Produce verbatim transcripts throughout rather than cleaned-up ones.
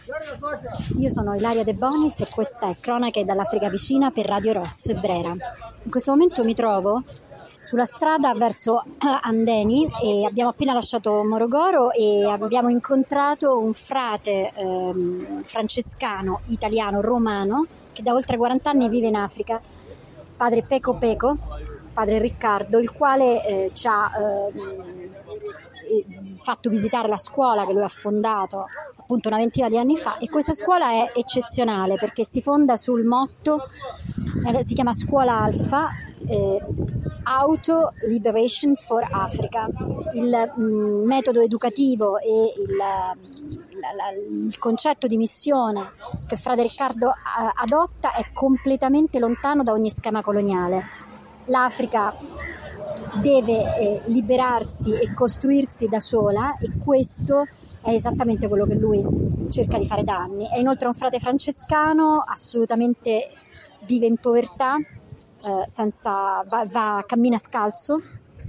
Io sono Ilaria De Bonis e questa è Cronache dall'Africa Vicina per Radio Ross Brera. In questo momento mi trovo sulla strada verso Andeni e abbiamo appena lasciato Morogoro e abbiamo incontrato un frate ehm, francescano, italiano, romano, che da oltre quaranta anni vive in Africa, padre Peco Peco, padre Riccardo, il quale eh, ci ha eh, fatto visitare la scuola che lui ha fondato appunto una ventina di anni fa, e questa scuola è eccezionale perché si fonda sul motto, eh, si chiama Scuola Alfa, eh, Auto Liberation for Africa. Il mh, metodo educativo e il, la, la, il concetto di missione che frate Riccardo a, adotta è completamente lontano da ogni schema coloniale. L'Africa deve eh, liberarsi e costruirsi da sola, e questo è esattamente quello che lui cerca di fare da anni. È inoltre un frate francescano, assolutamente vive in povertà, eh, senza, va, va, cammina scalzo,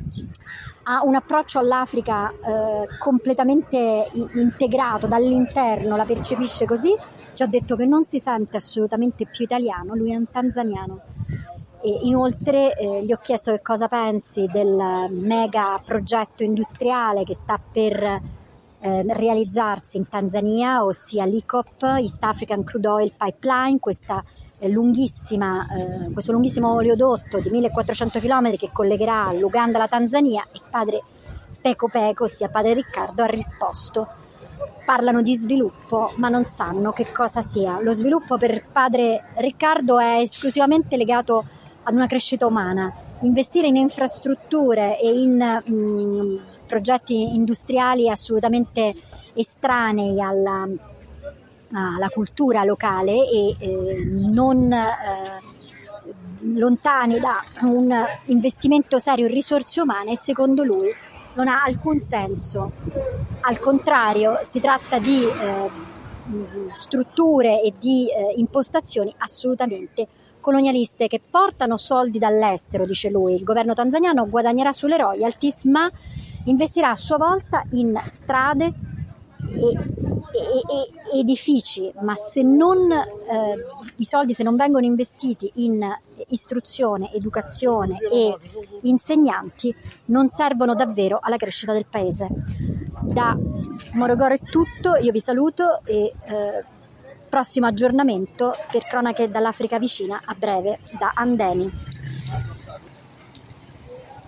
ha un approccio all'Africa eh, completamente in, integrato dall'interno, la percepisce così. Ci ha detto che non si sente assolutamente più italiano, lui è un tanzaniano. E inoltre eh, gli ho chiesto che cosa pensi del mega progetto industriale che sta per eh, realizzarsi in Tanzania, ossia l'I C O P, East African Crude Oil Pipeline, questa eh, lunghissima, eh, questo lunghissimo oleodotto di millequattrocento chilometri che collegherà l'Uganda alla Tanzania. E padre Peco Peco, ossia padre Riccardo, ha risposto: parlano di sviluppo ma non sanno che cosa sia. Lo sviluppo per padre Riccardo è esclusivamente legato ad una crescita umana. Investire in infrastrutture e in mh, progetti industriali assolutamente estranei alla, alla cultura locale e eh, non eh, lontani da un investimento serio in risorse umane, secondo lui non ha alcun senso. Al contrario, si tratta di eh, strutture e di eh, impostazioni assolutamente colonialiste che portano soldi dall'estero, dice lui. Il governo tanzaniano guadagnerà sulle royalties, ma investirà a sua volta in strade e, e, e edifici, ma se non eh, i soldi se non vengono investiti in istruzione, educazione e insegnanti, non servono davvero alla crescita del paese. Da Morogoro è tutto, io vi saluto e eh, prossimo aggiornamento per Cronache dall'Africa Vicina a breve da Andeni.